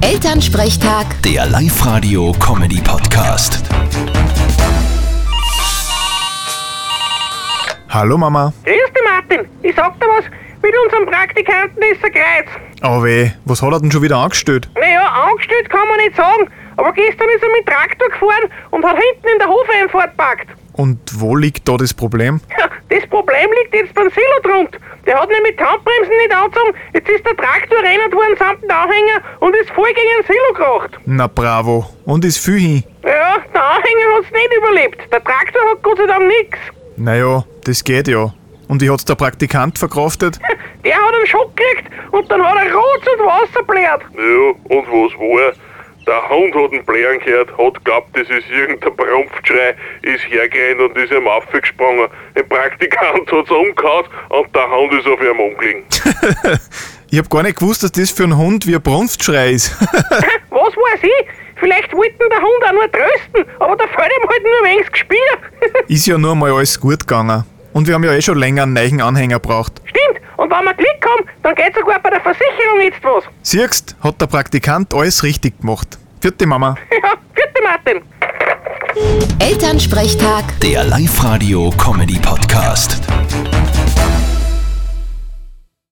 Elternsprechtag, Der Live-Radio-Comedy-Podcast. Hallo Mama. Grüß dich, Martin. Ich sag dir was, mit unserem Praktikanten ist ein Kreuz. Aber weh, was hat er denn schon wieder angestellt? Naja, angestellt kann man nicht sagen, aber gestern ist er mit dem Traktor gefahren und hat hinten in der Hofeinfahrt gepackt. Und wo liegt da das Problem? Ja, das Problem liegt jetzt beim Silodrunt. Der hat nämlich die Handbremsen nicht angezogen, jetzt ist der Traktor rennend worden samt dem Anhänger und ist voll gegen den Silo geracht. Na bravo. Und ist viel hin. Ja, der Anhänger hat's nicht überlebt. Der Traktor hat Gott sei Dank nix. Naja, das geht ja. Und wie hat's der Praktikant verkraftet? Der hat einen Schock gekriegt und dann hat er Rotz und Wasser blärt. Ja, und was war? Der Hund hat ihn blären gehört, hat glaubt, das ist irgendein Prumpfschrei, ist hergerannt und ist ihm aufgesprungen. Ein Praktikant hat's umgehauen und der Hund ist auf ihm umgelegen. Ich hab gar nicht gewusst, dass das für einen Hund wie ein Brunftschrei ist. Was weiß ich? Vielleicht wollten der Hund auch nur trösten, aber da fällt ihm halt nur ein wenig Gespier. Ist ja nur mal alles gut gegangen. Und wir haben ja eh schon länger einen neuen Anhänger gebraucht. Stimmt, und wenn wir Glück haben, dann geht sogar bei der Versicherung jetzt was. Siehst, hat der Praktikant alles richtig gemacht. Vierte Mama. Ja, bitte Martin. Elternsprechtag. Der Live-Radio-Comedy-Podcast.